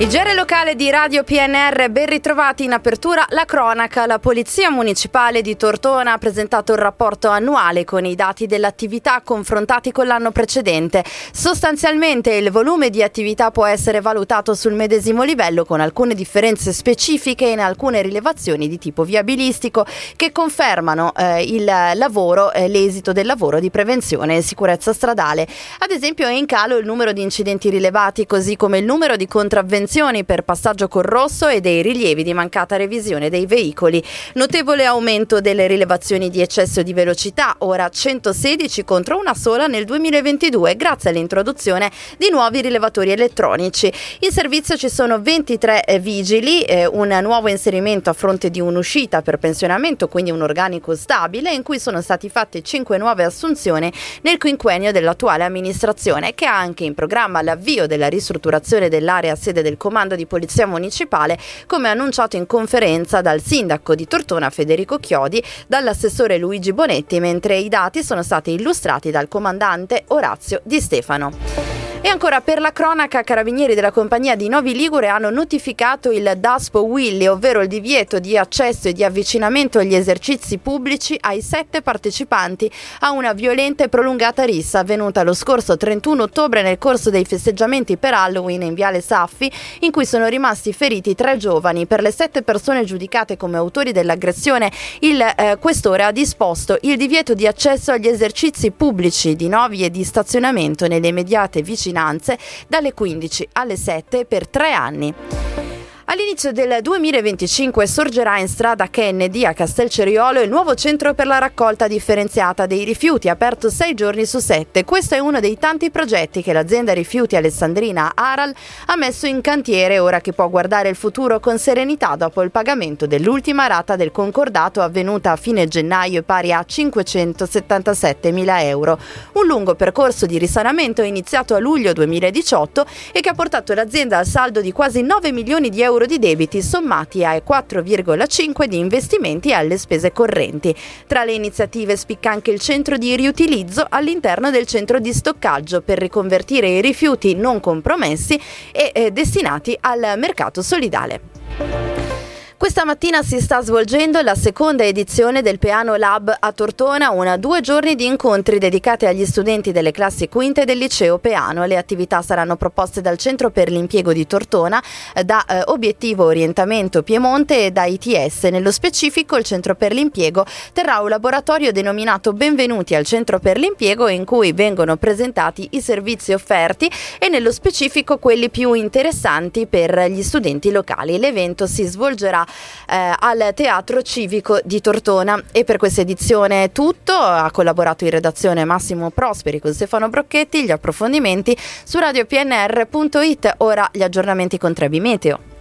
Il GR locale di Radio PNR, ben ritrovati. In apertura la cronaca. La Polizia Municipale di Tortona ha presentato il rapporto annuale con i dati dell'attività confrontati con l'anno precedente. Sostanzialmente il volume di attività può essere valutato sul medesimo livello, con alcune differenze specifiche in alcune rilevazioni di tipo viabilistico che confermano l'esito del lavoro di prevenzione e sicurezza stradale. Ad esempio è in calo il numero di incidenti rilevati, così come il numero di contravvenzioni per passaggio col rosso e dei rilievi di mancata revisione dei veicoli. Notevole aumento delle rilevazioni di eccesso di velocità, ora 116 contro una sola nel 2022, grazie all'introduzione di nuovi rilevatori elettronici. In servizio ci sono 23 vigili, un nuovo inserimento a fronte di un'uscita per pensionamento, quindi un organico stabile, in cui sono stati fatte 5 nuove assunzioni nel quinquennio dell'attuale amministrazione, che ha anche in programma l'avvio della ristrutturazione dell'area sede del Comando di Polizia Municipale, come annunciato in conferenza dal sindaco di Tortona Federico Chiodi, dall'assessore Luigi Bonetti, mentre i dati sono stati illustrati dal comandante Orazio Di Stefano. E ancora per la cronaca, carabinieri della compagnia di Novi Ligure hanno notificato il DASPO Willy, ovvero il divieto di accesso e di avvicinamento agli esercizi pubblici ai 7 partecipanti a una violenta e prolungata rissa avvenuta lo scorso 31 ottobre nel corso dei festeggiamenti per Halloween in Viale Saffi, in cui sono rimasti feriti 3 giovani. Per le 7 persone giudicate come autori dell'aggressione, il questore ha disposto il divieto di accesso agli esercizi pubblici di Novi e di stazionamento nelle immediate vicinanze dalle 15 alle 7 per 3 anni. All'inizio del 2025 sorgerà in strada Kennedy a Castelceriolo il nuovo centro per la raccolta differenziata dei rifiuti, aperto 6 giorni su 7. Questo è uno dei tanti progetti che l'azienda rifiuti alessandrina Aral ha messo in cantiere, ora che può guardare il futuro con serenità dopo il pagamento dell'ultima rata del concordato avvenuta a fine gennaio e pari a 577.000 euro. Un lungo percorso di risanamento iniziato a luglio 2018 e che ha portato l'azienda al saldo di quasi 9 milioni di euro di debiti sommati ai 4,5 di investimenti e alle spese correnti. Tra le iniziative spicca anche il centro di riutilizzo all'interno del centro di stoccaggio per riconvertire i rifiuti non compromessi e destinati al mercato solidale. Questa mattina si sta svolgendo la seconda edizione del Peano Lab a Tortona, 2 giorni di incontri dedicati agli studenti delle classi quinte del liceo Peano. Le attività saranno proposte dal Centro per l'Impiego di Tortona, da Obiettivo Orientamento Piemonte e da ITS. Nello specifico il Centro per l'Impiego terrà un laboratorio denominato Benvenuti al Centro per l'Impiego, in cui vengono presentati i servizi offerti e nello specifico quelli più interessanti per gli studenti locali. L'evento si svolgerà al Teatro Civico di Tortona. E per questa edizione è tutto. Ha collaborato in redazione Massimo Prosperi con Stefano Brocchetti. Gli approfondimenti su radiopnr.it. Ora gli aggiornamenti con Trebi Meteo.